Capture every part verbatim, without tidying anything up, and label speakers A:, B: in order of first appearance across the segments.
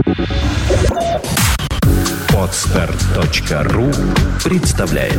A: Подстер точка ру представляет.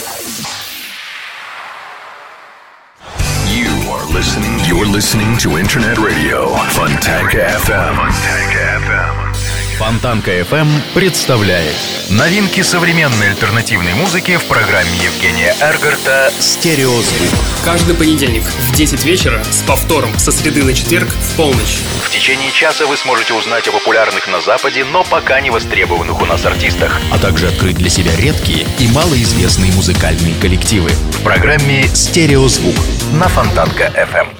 B: You are listening, you're listening to Internet Radio Fontanka эф эм. Fontanka эф эм.
C: Фонтанка эф эм представляет новинки современной альтернативной музыки в программе Евгения Эргарта «Стереозвук».
D: Каждый понедельник в десять вечера с повтором со среды на четверг в полночь.
C: В течение часа вы сможете узнать о популярных на Западе, но пока не востребованных у нас артистах, а также открыть для себя редкие и малоизвестные музыкальные коллективы в программе «Стереозвук» на Фонтанка эф эм.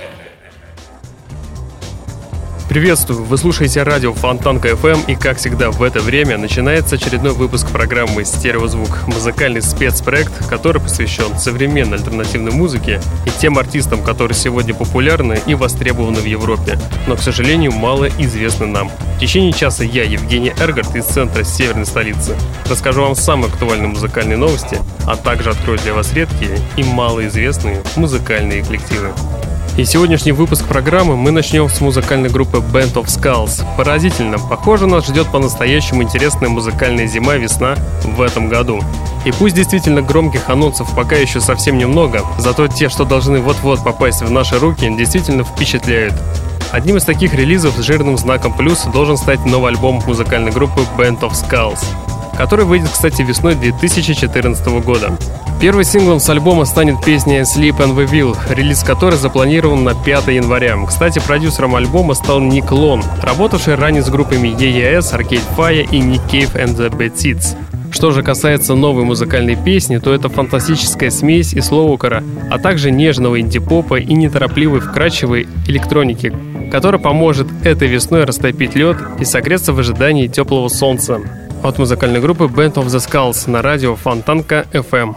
D: Приветствую! Вы слушаете радио Фонтанка эф эм, и, как всегда, в это время начинается очередной выпуск программы «Стереозвук». Музыкальный спецпроект, который посвящен современной альтернативной музыке и тем артистам, которые сегодня популярны и востребованы в Европе, но, к сожалению, мало известны нам. В течение часа я, Евгений Эргарт, из центра северной столицы, расскажу вам самые актуальные музыкальные новости, а также открою для вас редкие и малоизвестные музыкальные коллективы. И сегодняшний выпуск программы мы начнем с музыкальной группы Band of Skulls. Поразительно, похоже, нас ждет по-настоящему интересная музыкальная зима-весна в этом году. И пусть действительно громких анонсов пока еще совсем немного, зато те, что должны вот-вот попасть в наши руки, действительно впечатляют. Одним из таких релизов с жирным знаком плюс должен стать новый альбом музыкальной группы Band of Skulls, который выйдет, кстати, весной две тысячи четырнадцатого года. Первым синглом с альбома станет песня «Sleep and We Will», релиз которой запланирован на пятое января. Кстати, продюсером альбома стал Ник Лон, работавший ранее с группами и и эс, Arcade Fire и Nick Cave and the Bad Seeds. Что же касается новой музыкальной песни, то это фантастическая смесь и слоукера, а также нежного инди-попа и неторопливой вкрадчивой электроники, которая поможет этой весной растопить лед и согреться в ожидании теплого солнца. От музыкальной группы Band of the Skulls на радио Фонтанка эф эм.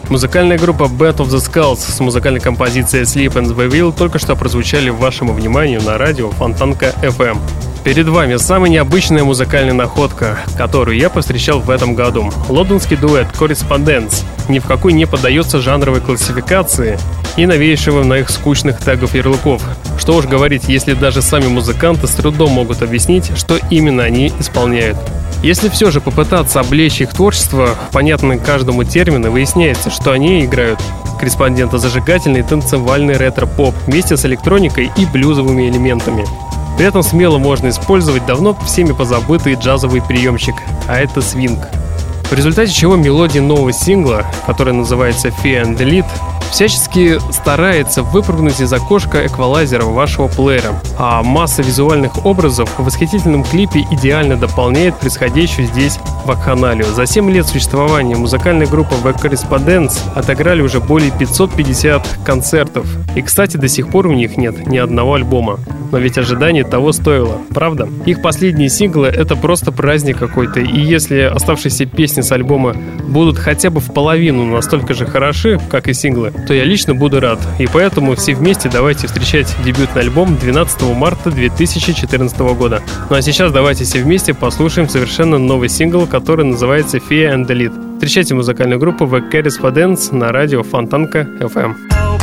D: Музыкальная группа Bed of the Skulls с музыкальной композицией Sleep and the Will только что прозвучали вашему вниманию на радио Фонтанка эф эм. Перед вами самая необычная музыкальная находка, которую я повстречал в этом году. Лондонский дуэт Correspondence ни в какой не поддается жанровой классификации и новейшего на их скучных тегов ярлыков. Что уж говорить, если даже сами музыканты с трудом могут объяснить, что именно они исполняют. Если все же попытаться облечь их творчество в понятный каждому термину, выясняется, что они играют корреспондентозажигательный танцевальный ретро-поп вместе с электроникой и блюзовыми элементами. При этом смело можно использовать давно всеми позабытый джазовый приемчик, а это свинг. В результате чего мелодия нового сингла, которая называется Fear and Delete, всячески старается выпрыгнуть из окошка эквалайзера вашего плеера, а масса визуальных образов в восхитительном клипе идеально дополняет происходящую здесь вакханалию. За семь лет существования музыкальная группа The Correspondence отыграли уже более пятьсот пятьдесят концертов, и, кстати, до сих пор у них нет ни одного альбома. Но ведь ожидание того стоило, правда? Их последние синглы — это просто праздник какой-то, и если оставшиеся песни с альбома будут хотя бы в половину настолько же хороши, как и синглы, то я лично буду рад. И поэтому все вместе давайте встречать дебютный альбом двенадцатого марта две тысячи четырнадцатого года. Ну а сейчас давайте все вместе послушаем совершенно новый сингл, который называется Fear and Delete. Встречайте музыкальную группу The Correspondence на радио Фонтанка эф эм.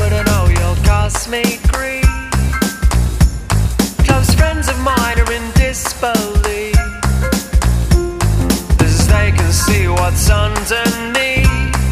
E: What's underneath?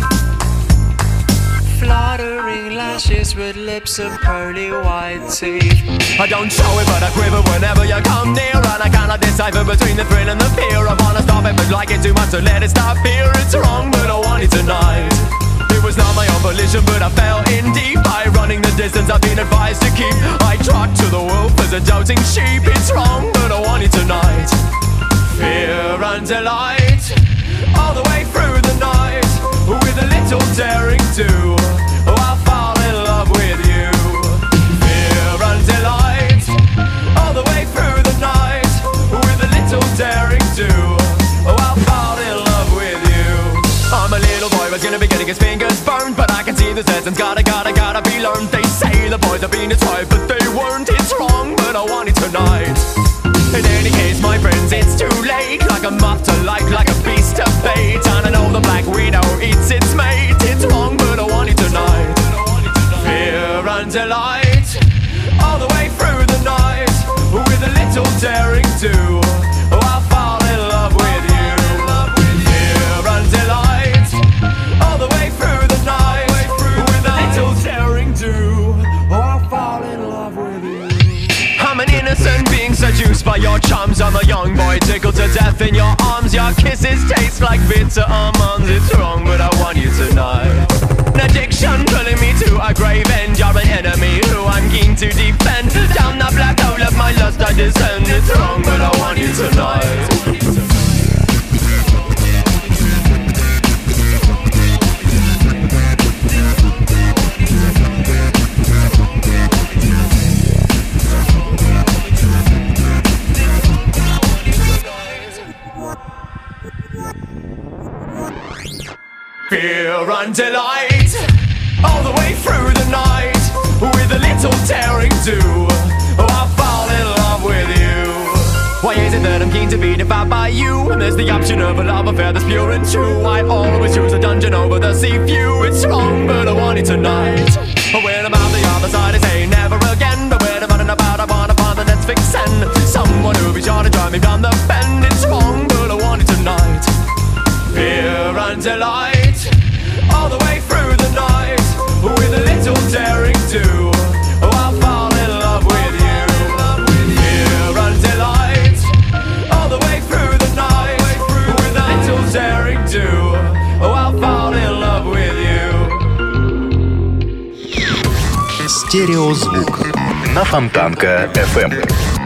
E: Fluttering lashes with lips of pearly white teeth. I don't show it, but I quiver whenever you come near, and I cannot decipher between the thrill and the fear. I wanna stop it, but like it too much to let it stop here. It's wrong, but I want it tonight. It was not my own volition, but I fell in deep by running the distance I've been advised to keep. I trot to the wolf as a doubting sheep. It's wrong, but I want it tonight. Fear and delight, all the way through the night, with a little daring do. Oh, I'll fall in love with you. Fear and delight, all the way through the night, with a little daring do. Oh, I'll fall in love with you. I'm a little boy who's gonna be getting his fingers burned, but I can see the lessons gotta, gotta, gotta be learned. They say the boys have been tried, but they weren't. It's wrong, but I want it tonight. In any case, my friends, it's too late. Like a moth to light, like a beast to bait. And I know the black widow eats its mate. It's wrong, but I want it tonight. Fear and delight, all the way through the night, with a little daring do. Oh, I'll fall in love with you. Fear and delight, all the way through the night, with a little daring do. Oh, I'll fall in love with you. I'm an innocent being seduced by your charms. I'm a young boy tickled to death in your arms. Your kisses taste like bitter almonds. It's wrong, but I want you tonight. An addiction pulling me to a grave end. You're an enemy who I'm keen to defend. Down the black hole of my lust I descend. It's wrong, but I want you tonight. Fear and delight, all the way through the night, with a little daring do. Oh, I'll fall in love with you. Why is it that I'm keen to be devoured by you? And there's the option of a love affair that's pure and true. I'd always choose a dungeon over the sea view. It's wrong, but I want it tonight. When I'm out the other side, I say never again. But when I'm running about, I wanna find the next vixen. Someone who'll be sure to drive me down the bend. It's wrong, but I want it tonight. Fear and delight, all the way through the night, with a little daring do. Oh, I'll fall in love with you. Fear and delight, all the way through the night, with a little daring do. Oh, I'll fall in love with you.
C: Стереозвук на Фонтанка эф эм.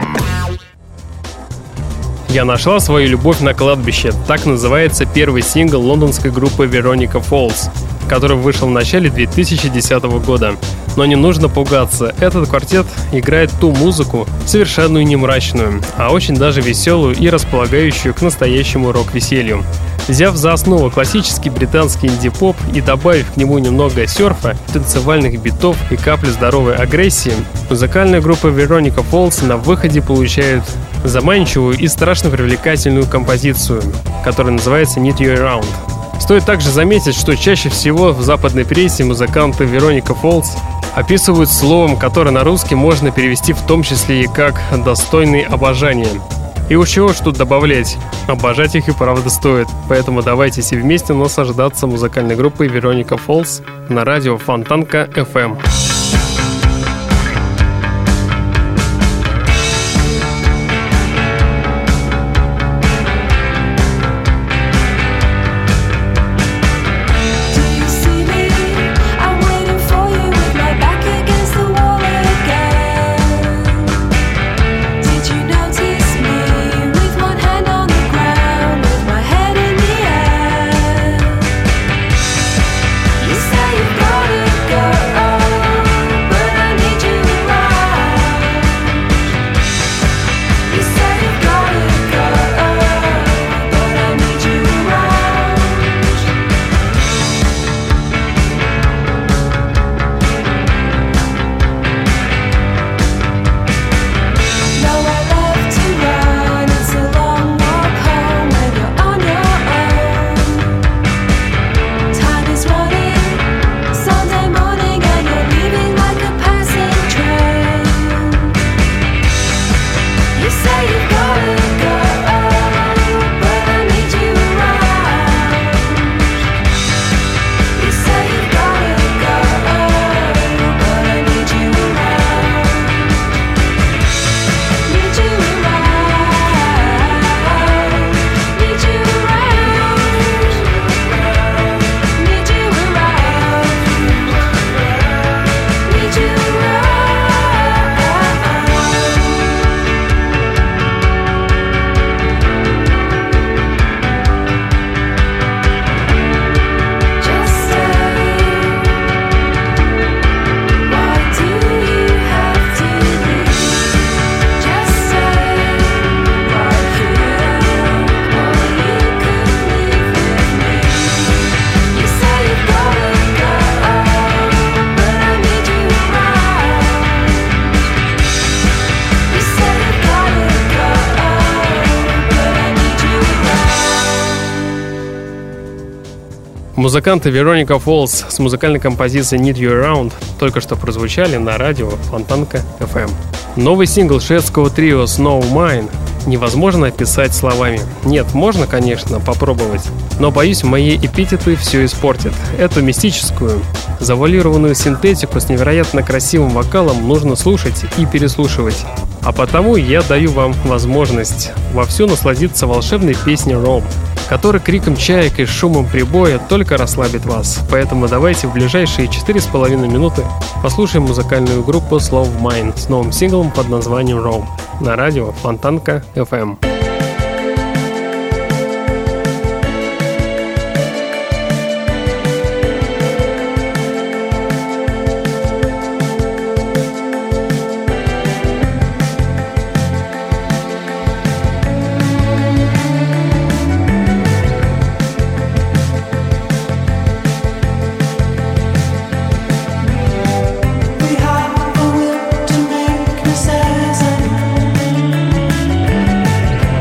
D: «Я нашла свою любовь на кладбище». Так называется первый сингл лондонской группы Veronica Falls. который вышел в начале две тысячи десятого года. Но не нужно пугаться, этот квартет играет ту музыку, совершенную не мрачную, а очень даже веселую и располагающую к настоящему рок-веселью. Взяв за основу классический британский инди-поп и добавив к нему немного серфа, танцевальных битов и капли здоровой агрессии, музыкальная группа Veronica Falls на выходе получает заманчивую и страшно привлекательную композицию, которая называется Need You Around. Стоит также заметить, что чаще всего в западной прессе музыканты Veronica Falls описывают словом, которое на русский можно перевести в том числе и как «достойный обожания». И уж чего ж тут добавлять, обожать их и правда стоит. Поэтому давайте все вместе наслаждаться музыкальной группой Veronica Falls на радио Фонтанка эф эм. Музыканты Veronica Falls с музыкальной композицией Need You Around только что прозвучали на радио Фонтанка эф эм. Новый сингл шведского трио Snow Mine невозможно описать словами. Нет, можно, конечно, попробовать, но, боюсь, мои эпитеты все испортят. Эту мистическую, завуалированную синтетику с невероятно красивым вокалом нужно слушать и переслушивать. А потому я даю вам возможность вовсю насладиться волшебной песней Rome, который криком чаек и шумом прибоя только расслабит вас. Поэтому давайте в ближайшие четыре с половиной минуты послушаем музыкальную группу Slow Mine с новым синглом под названием Rome на радио Фонтанка эф эм.
F: We have a will to make a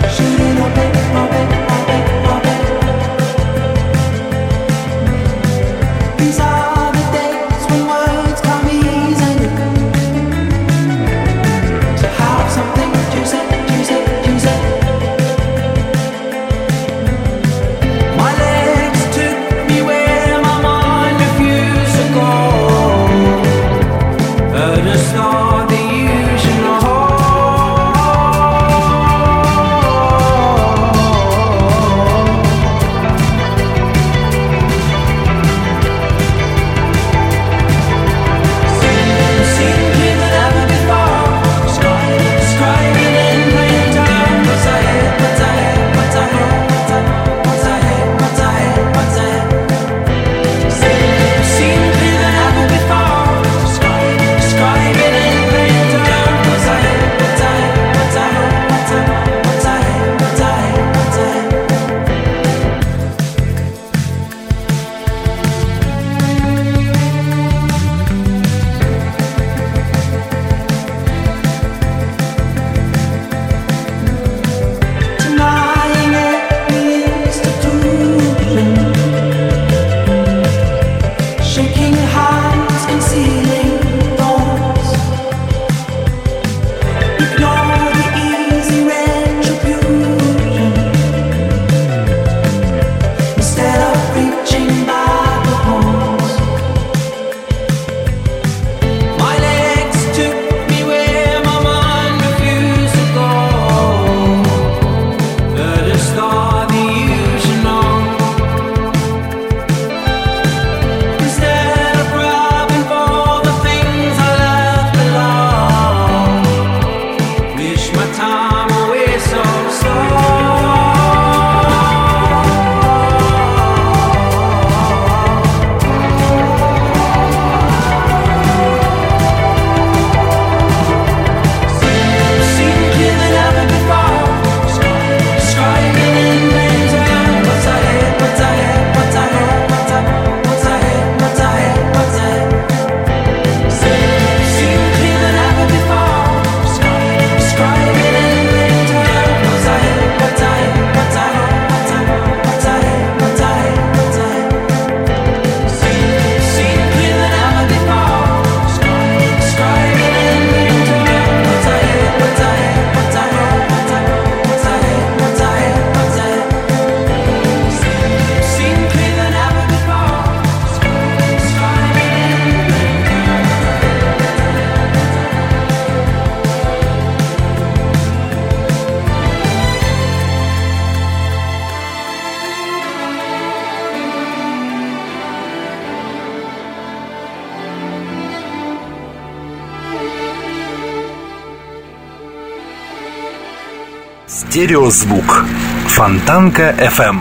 B: Стереозвук. Фонтанка эф эм.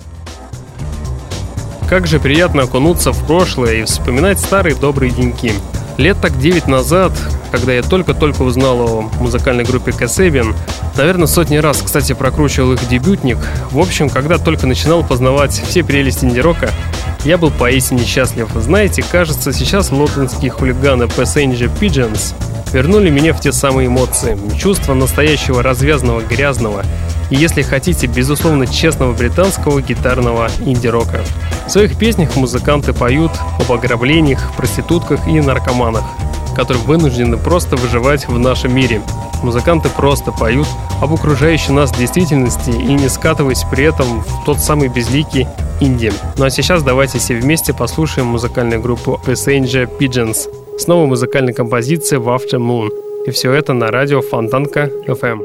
D: Как же приятно окунуться в прошлое и вспоминать старые добрые деньки. Лет так девять назад, когда я только-только узнал о музыкальной группе Kasabian, наверное, сотни раз, кстати, прокручивал их дебютник. В общем, когда только начинал познавать все прелести инди-рока, я был поистине счастлив. Знаете, кажется, сейчас лондонские хулиганы Passenger Pigeons вернули меня в те самые эмоции, чувство настоящего развязного грязного и, если хотите, безусловно честного британского гитарного инди-рока. В своих песнях музыканты поют об ограблениях, проститутках и наркоманах, которые вынуждены просто выживать в нашем мире. Музыканты просто поют об окружающей нас действительности и не скатываясь при этом в тот самый безликий инди. Ну а сейчас давайте все вместе послушаем музыкальную группу Passenger Pigeons с новой музыкальной композицией в Afternoon. И все это на радио Фонтанка эф эм.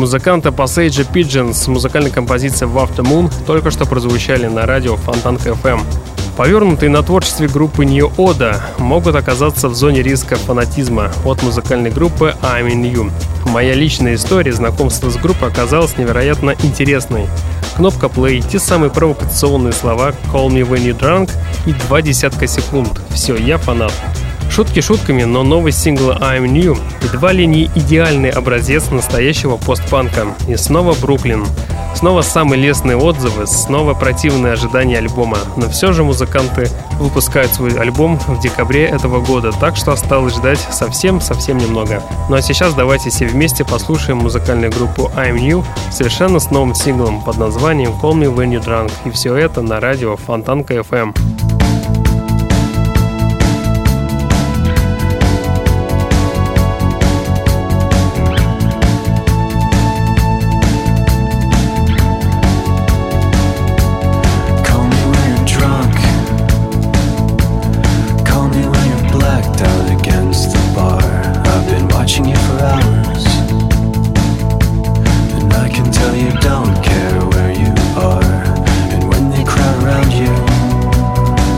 D: музыканта Passage Pigeons с музыкальной композицией After Moon только что прозвучали на радио Фонтанка эф эм. Повернутые на творчестве группы New Order могут оказаться в зоне риска фанатизма от музыкальной группы I'm In You. Моя личная история знакомства с группой оказалась невероятно интересной. Кнопка play, те самые провокационные слова Call Me When You're Drunk и два десятка секунд. Все, я фанат. Шутки шутками, но новый сингл I'm New едва ли не идеальный образец настоящего постпанка. И снова Бруклин. Снова самые лестные отзывы, снова противные ожидания альбома. Но все же музыканты выпускают свой альбом в декабре этого года, так что осталось ждать совсем-совсем немного. Ну а сейчас давайте все вместе послушаем музыкальную группу I'm New совершенно с новым синглом под названием Call Me When You're Drunk. И все это на радио Фонтанка эф эм.
E: Don't care where you are, and when they crowd around you,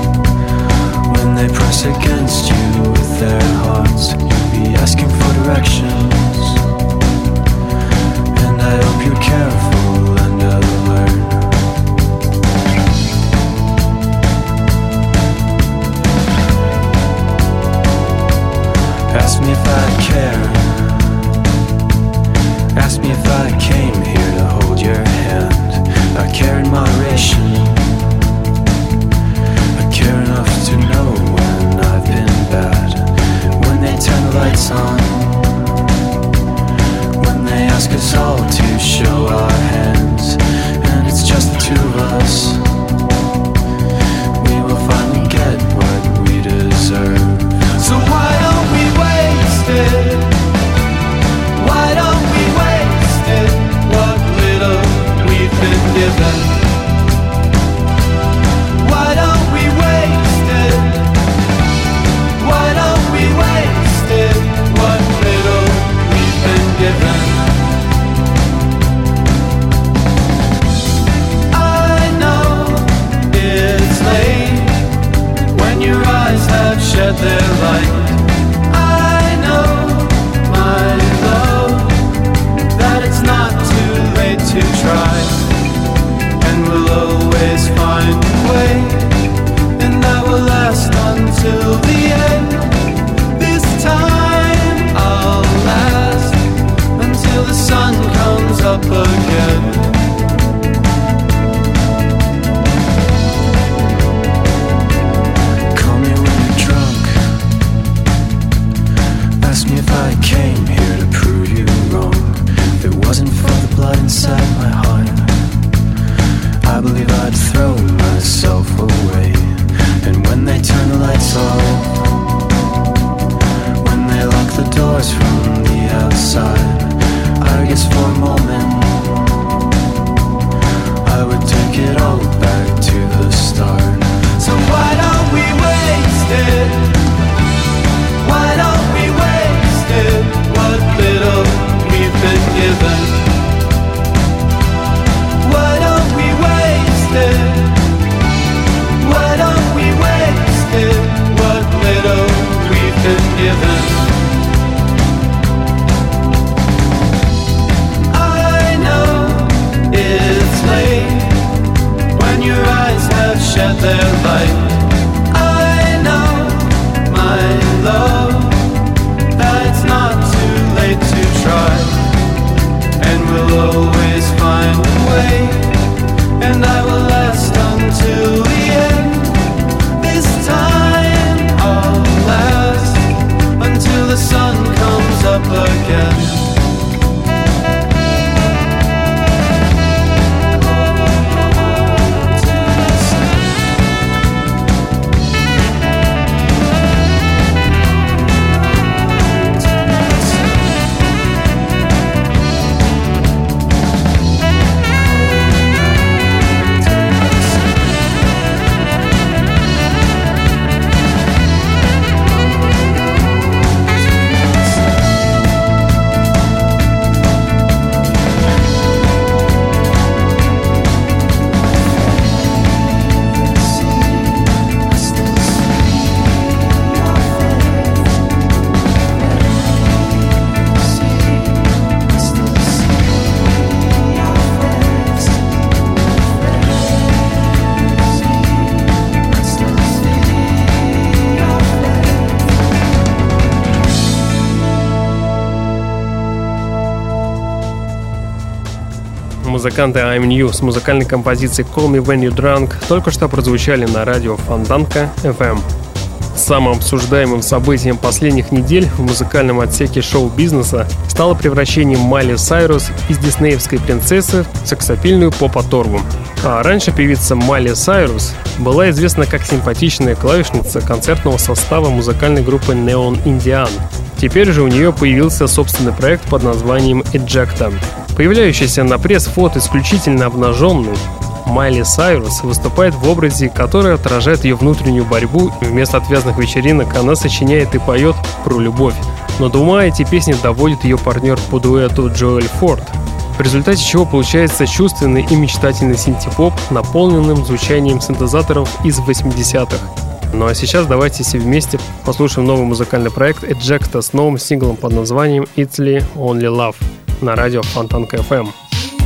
D: Музыканты I'm New с музыкальной композицией Call Me When You're Drunk только что прозвучали на радио Фонтанка эф эм. Самым обсуждаемым событием последних недель в музыкальном отсеке шоу-бизнеса стало превращение Майли Сайрус из диснеевской принцессы в сексапильную поп-оторву. А раньше певица Майли Сайрус была известна как симпатичная клавишница концертного состава музыкальной группы Neon Indian. Теперь же у нее появился собственный проект под названием Ejecta. Появляющийся на пресс-фото исключительно обнаженный, Майли Сайрус выступает в образе, который отражает ее внутреннюю борьбу, и вместо отвязных вечеринок она сочиняет и поет про любовь. Но до ума эти песни доводит ее партнер по дуэту Джоэль Форд, в результате чего получается чувственный и мечтательный синти-поп, наполненным звучанием синтезаторов из восьмидесятых. Ну а сейчас давайте все вместе послушаем новый музыкальный проект Ejecta с новым синглом под названием It's Only Love на радио Фонтанка эф эм.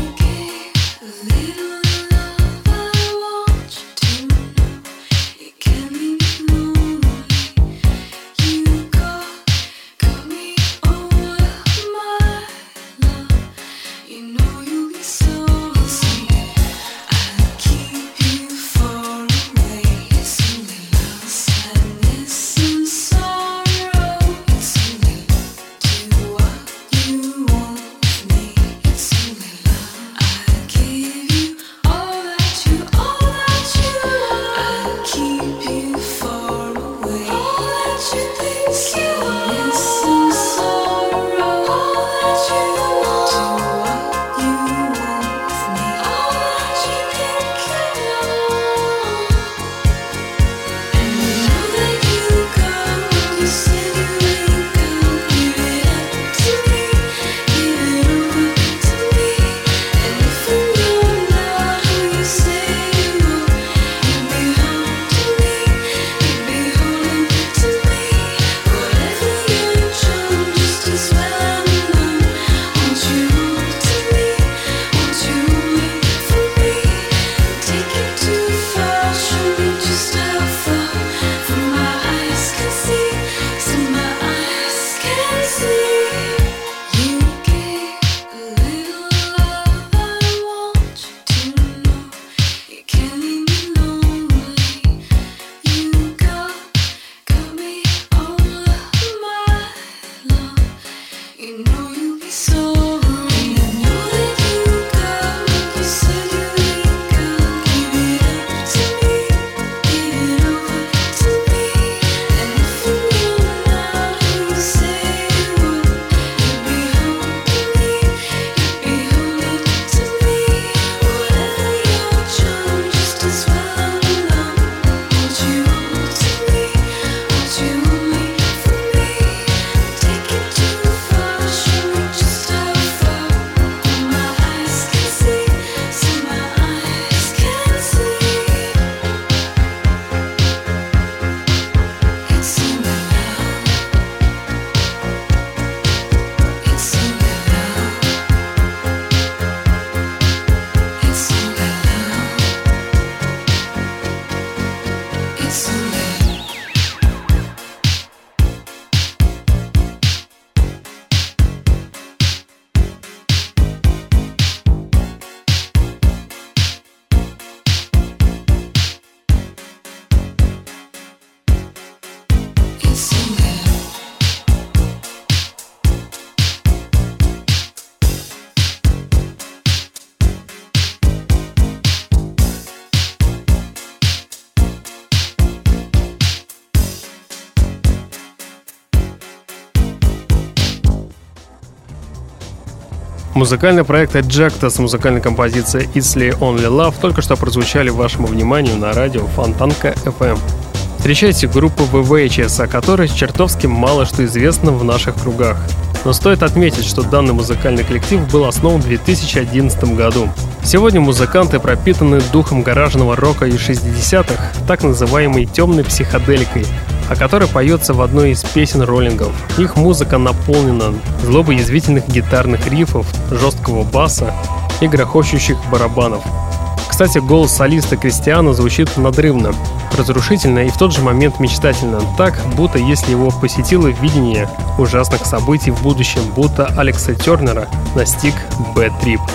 D: Музыкальный проект Ejecta с музыкальной композицией It's Only Love только что прозвучали вашему вниманию на радио Фонтанка эф эм. Встречайте группу ви ви эйч эс, о которой чертовски мало что известно в наших кругах. Но стоит отметить, что данный музыкальный коллектив был основан в две тысячи одиннадцатом году. Сегодня музыканты пропитаны духом гаражного рока из шестидесятых, так называемой темной психоделикой, о которой поется в одной из песен роллингов. Их музыка наполнена злобоязвительных гитарных рифов, жесткого баса и грохочущих барабанов. Кстати, голос солиста Кристиана звучит надрывно, разрушительно и в тот же момент мечтательно, так, будто если его посетило видение ужасных событий в будущем, будто Алекса Тернера настиг бэд-трип.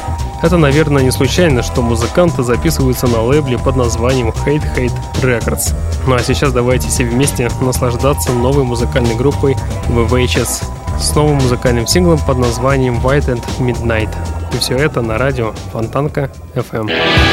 D: Это, наверное, не случайно, что музыканты записываются на лейбле под названием Hate Hate Records. Ну а сейчас давайте все вместе наслаждаться новой музыкальной группой ви эйч эс с новым музыкальным синглом под названием White and Midnight. И все это на радио Фонтанка эф эм.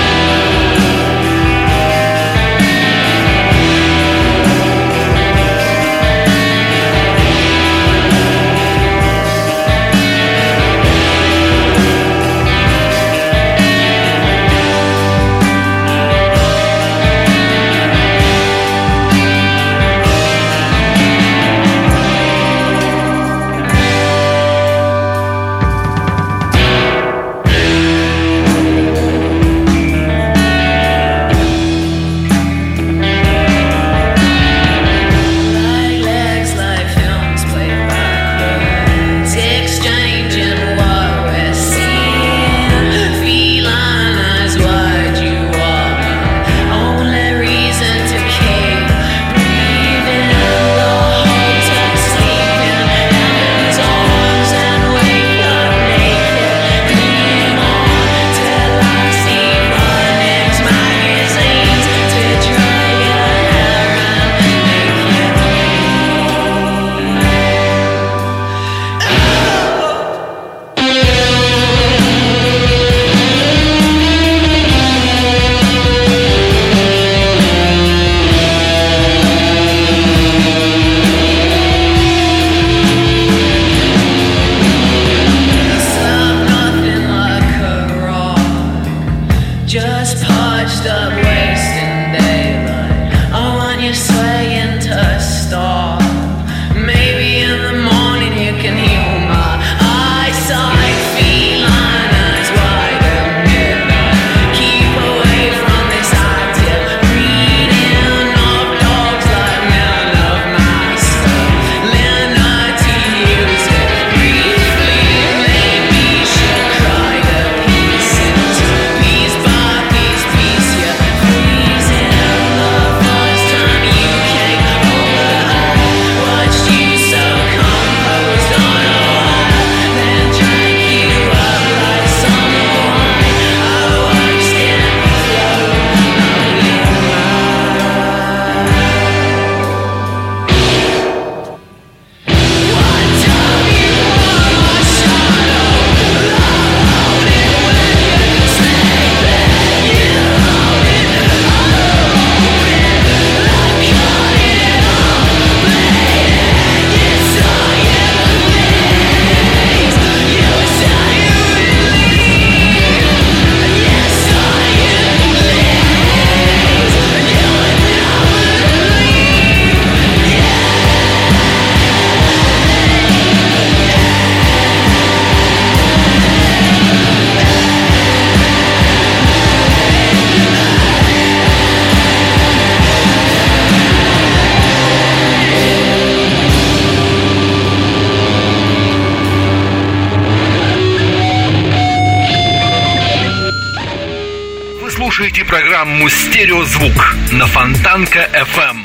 C: Слушайте программу «Стереозвук» на Фонтанка эф эм.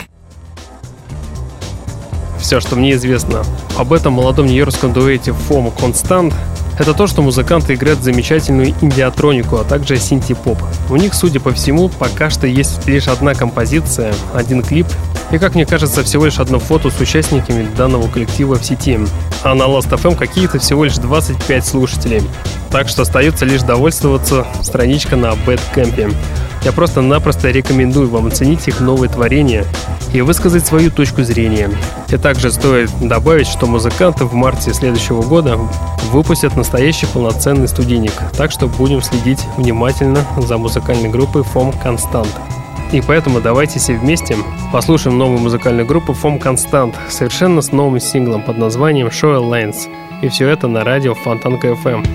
D: Все, что мне известно об этом молодом нью-йоркском дуэте Foam Constant, это то, что музыканты играют замечательную индиатронику, а также синти-поп. У них, судя по всему, пока что есть лишь одна композиция, один клип и, как мне кажется, всего лишь одно фото с участниками данного коллектива в сети. А на Last эф эм какие-то всего лишь двадцать пять слушателей. Так что остается лишь довольствоваться страничка на Bandcamp. Я просто-напросто рекомендую вам оценить их новое творение и высказать свою точку зрения. И также стоит добавить, что музыканты в марте следующего года выпустят настоящий полноценный студийник, так что будем следить внимательно за музыкальной группой Foam Constant. И поэтому давайте все вместе послушаем новую музыкальную группу Foam Constant совершенно с новым синглом под названием Shorelands. И все это на радио Фонтанка эф эм.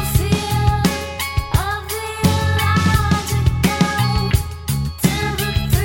F: Till the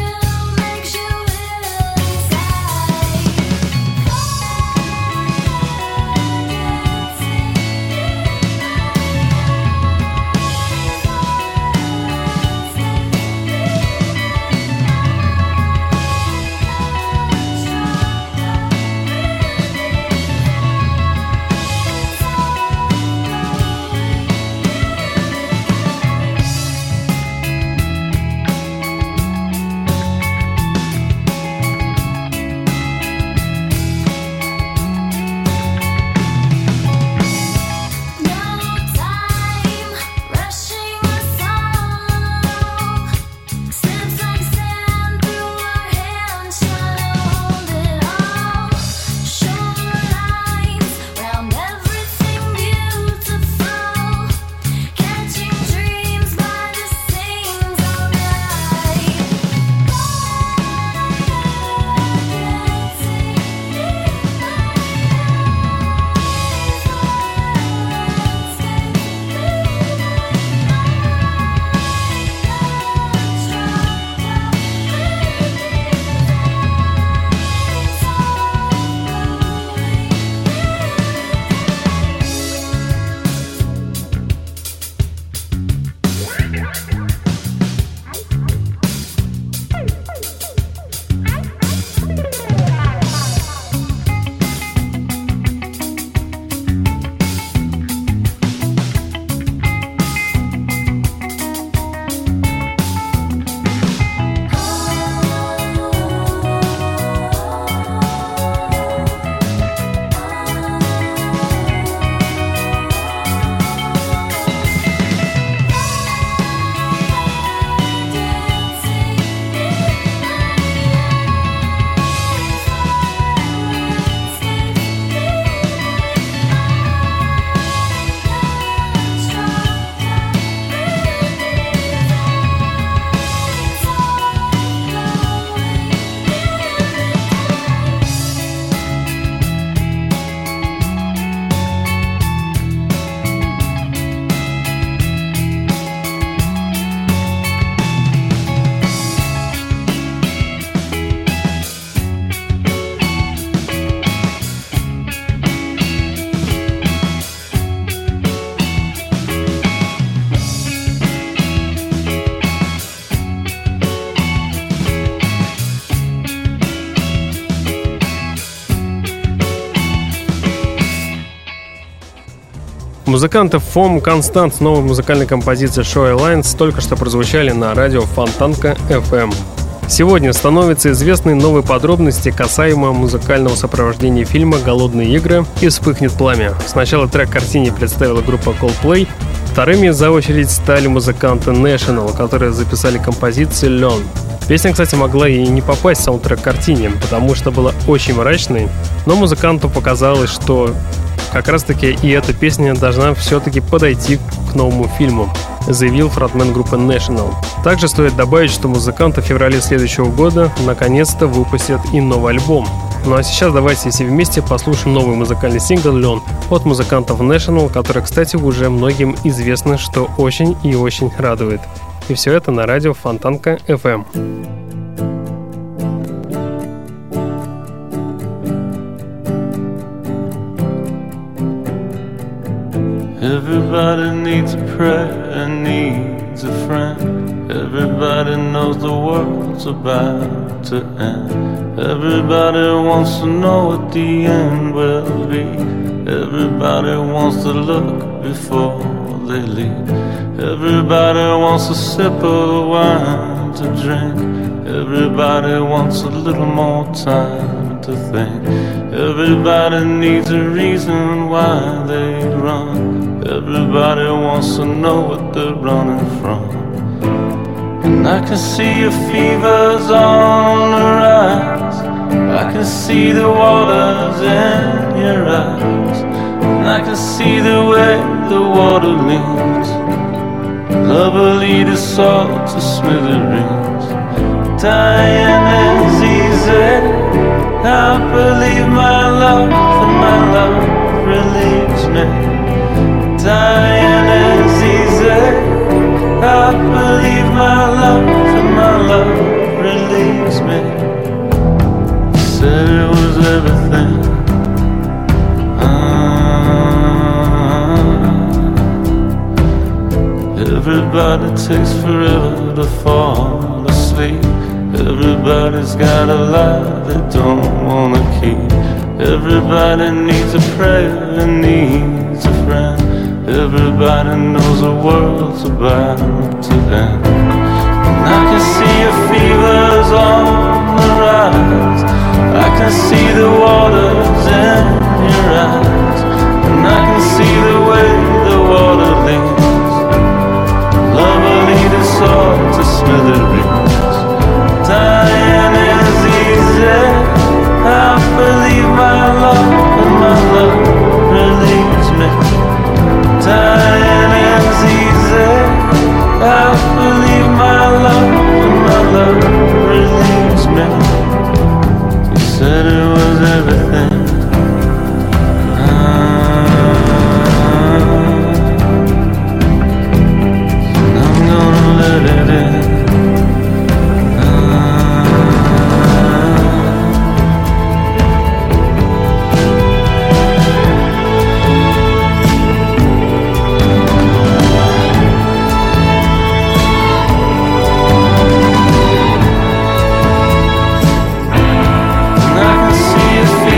D: Музыканты Фом Констант с новой музыкальной композицией Show Alliance только что прозвучали на радио Фонтанка эф эм. Сегодня становятся известны новые подробности касаемо музыкального сопровождения фильма «Голодные игры» и «Вспыхнет пламя». Сначала трек картине представила группа Coldplay, вторыми за очередь стали музыканты National, которые записали композицию «Learn». Песня, кстати, могла и не попасть в саундтрек картине, потому что была очень мрачной, но музыканту показалось, что как раз-таки и эта песня должна все-таки подойти к новому фильму, заявил фронтмен группы National. Также стоит добавить, что музыканты в феврале следующего года наконец-то выпустят и новый альбом. Ну а сейчас давайте все вместе послушаем новый музыкальный сингл «Learn» от музыкантов National, который, кстати, уже многим известно, что очень и очень радует. И все это на радио Фонтанка эф эм.
F: Everybody needs a prayer, needs a friend. Everybody knows the world's about to end. Everybody wants to know what the end will be. Everybody wants to look before they leave. Everybody wants a sip of wine to drink. Everybody wants a little more time to think. Everybody needs a reason why they run. Everybody wants to know what they're running from. And I can see your fever's on the rise. I can see the waters in your eyes. And I can see the way the water leans. Love will lead us all to smithereens. Dying is easy. I believe my love and my love relieves me. Dying is easy. I believe my love and my love relieves me. Said it was everything. Everybody takes forever to fall asleep. Everybody's got a lie they don't wanna keep. Everybody needs a prayer and needs a friend. Everybody knows the world's about to end. And I can see your fever's on the rise. I can see the waters in your eyes. And I can see the way the water leans. Love will lead us all to smithereens. Dying is easy. I believe my love and my love relieves me. Dying is easy. I believe my love and my love relieves me. You said it was everything. I can see your feet.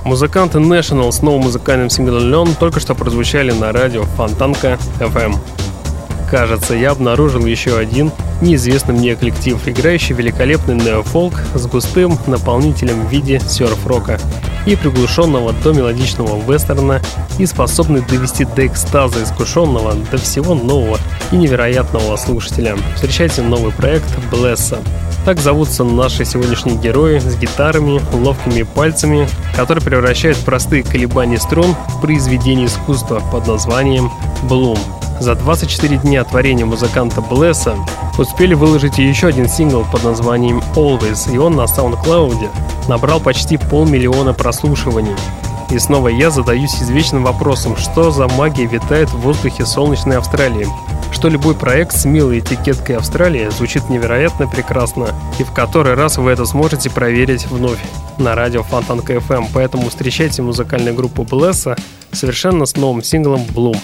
D: Музыканты National с новым музыкальным синглом Learn только что прозвучали на радио Фонтанка эф эм. Кажется, я обнаружил еще один неизвестный мне коллектив, играющий великолепный неофолк с густым наполнителем в виде серф-рока и приглушенного до мелодичного вестерна, и способный довести до экстаза искушенного до всего нового и невероятного слушателя. Встречайте новый проект Blessa. Так зовутся наши сегодняшние герои с гитарами, ловкими пальцами, которые превращают простые колебания струн в произведение искусства под названием Bloom. За двадцать четыре дня творения музыканта Blessa успели выложить еще один сингл под названием Always, и он на SoundCloud набрал почти полмиллиона прослушиваний. И снова я задаюсь извечным вопросом, что за магия витает в воздухе солнечной Австралии, что любой проект с милой этикеткой Австралии звучит невероятно прекрасно, и в который раз вы это сможете проверить вновь на радио Фонтанка эф эм, поэтому встречайте музыкальную группу Blessa совершенно с новым синглом Bloom.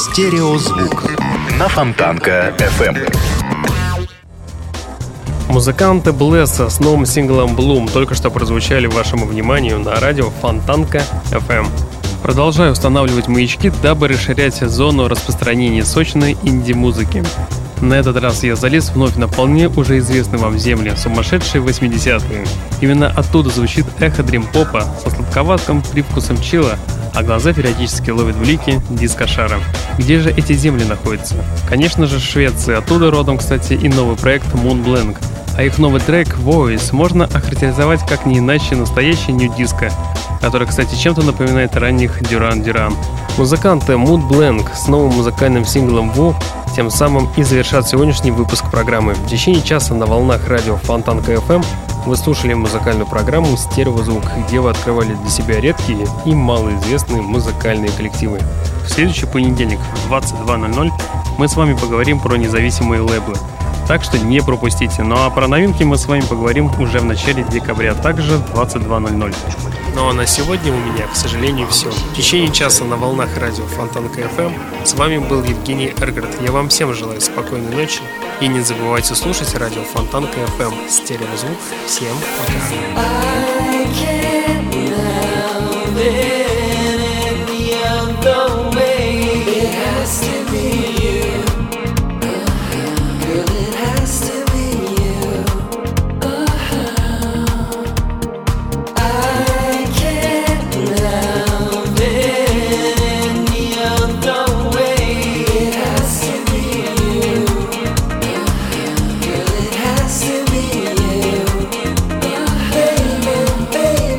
C: Стереозвук на Фонтанка эф эм.
D: Музыканты Блесса с новым синглом Bloom только что прозвучали вашему вниманию на радио Фонтанка эф эм. Продолжаю устанавливать маячки, дабы расширять зону распространения сочной инди-музыки. На этот раз я залез вновь на вполне уже известный вам земли сумасшедшие восьмидесятые. Именно оттуда звучит эхо дрим-попа со сладковатым привкусом чила, а глаза периодически ловят блики диско-шара. Где же эти земли находятся? Конечно же, в Швеции. Оттуда родом, кстати, и новый проект Moonblank. А их новый трек Voice можно охарактеризовать как не иначе настоящий нью-диско, который, кстати, чем-то напоминает ранних Duran Duran. Музыканты Moonblank с новым музыкальным синглом Woo тем самым и завершат сегодняшний выпуск программы. В течение часа на волнах радио Фонтанка эф эм вы слушали музыкальную программу «Стереозвук», где вы открывали для себя редкие и малоизвестные музыкальные коллективы. В следующий понедельник в двадцать два ноль ноль мы с вами поговорим про независимые лейблы. Так что не пропустите. Ну а про новинки мы с вами поговорим уже в начале декабря, также в двадцать два ноль ноль. Ну а на сегодня у меня, к сожалению, все. В течение часа на волнах радио Фонтанка эф эм с вами был Евгений Эргард. Я вам всем желаю спокойной ночи. И не забывайте слушать радио Фонтанка эф эм. Стереозвук. Всем пока.
G: Baby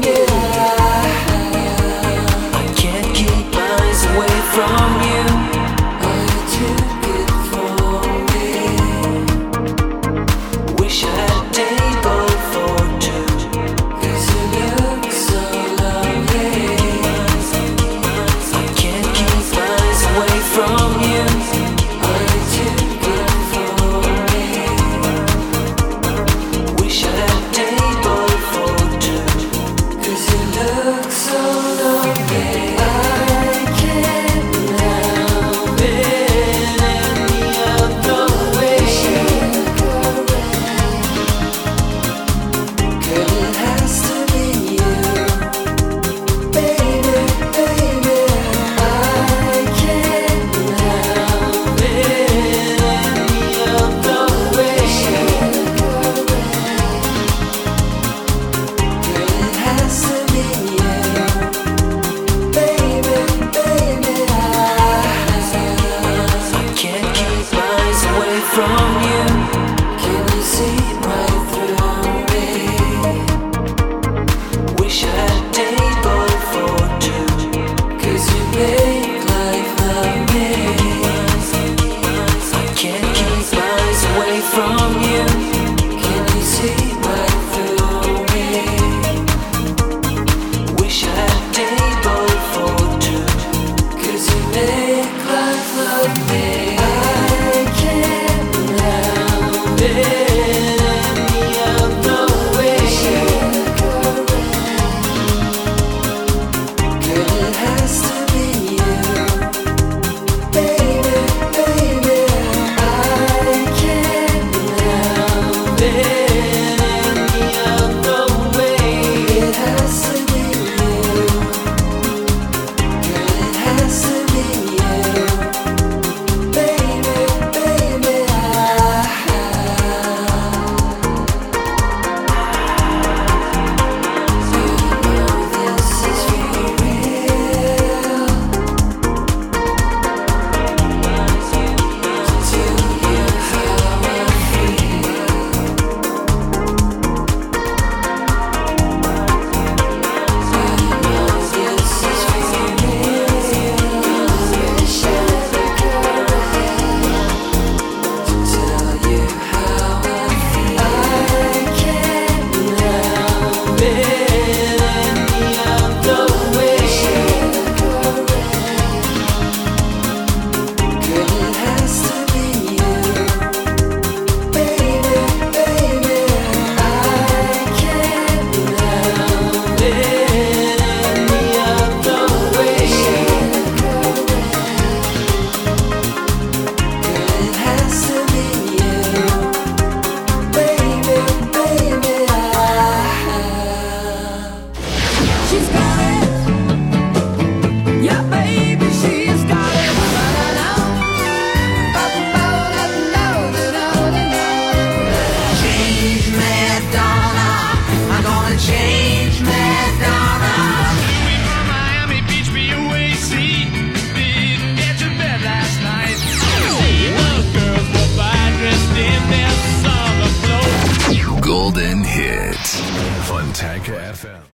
B: Golden Hits. Fontanka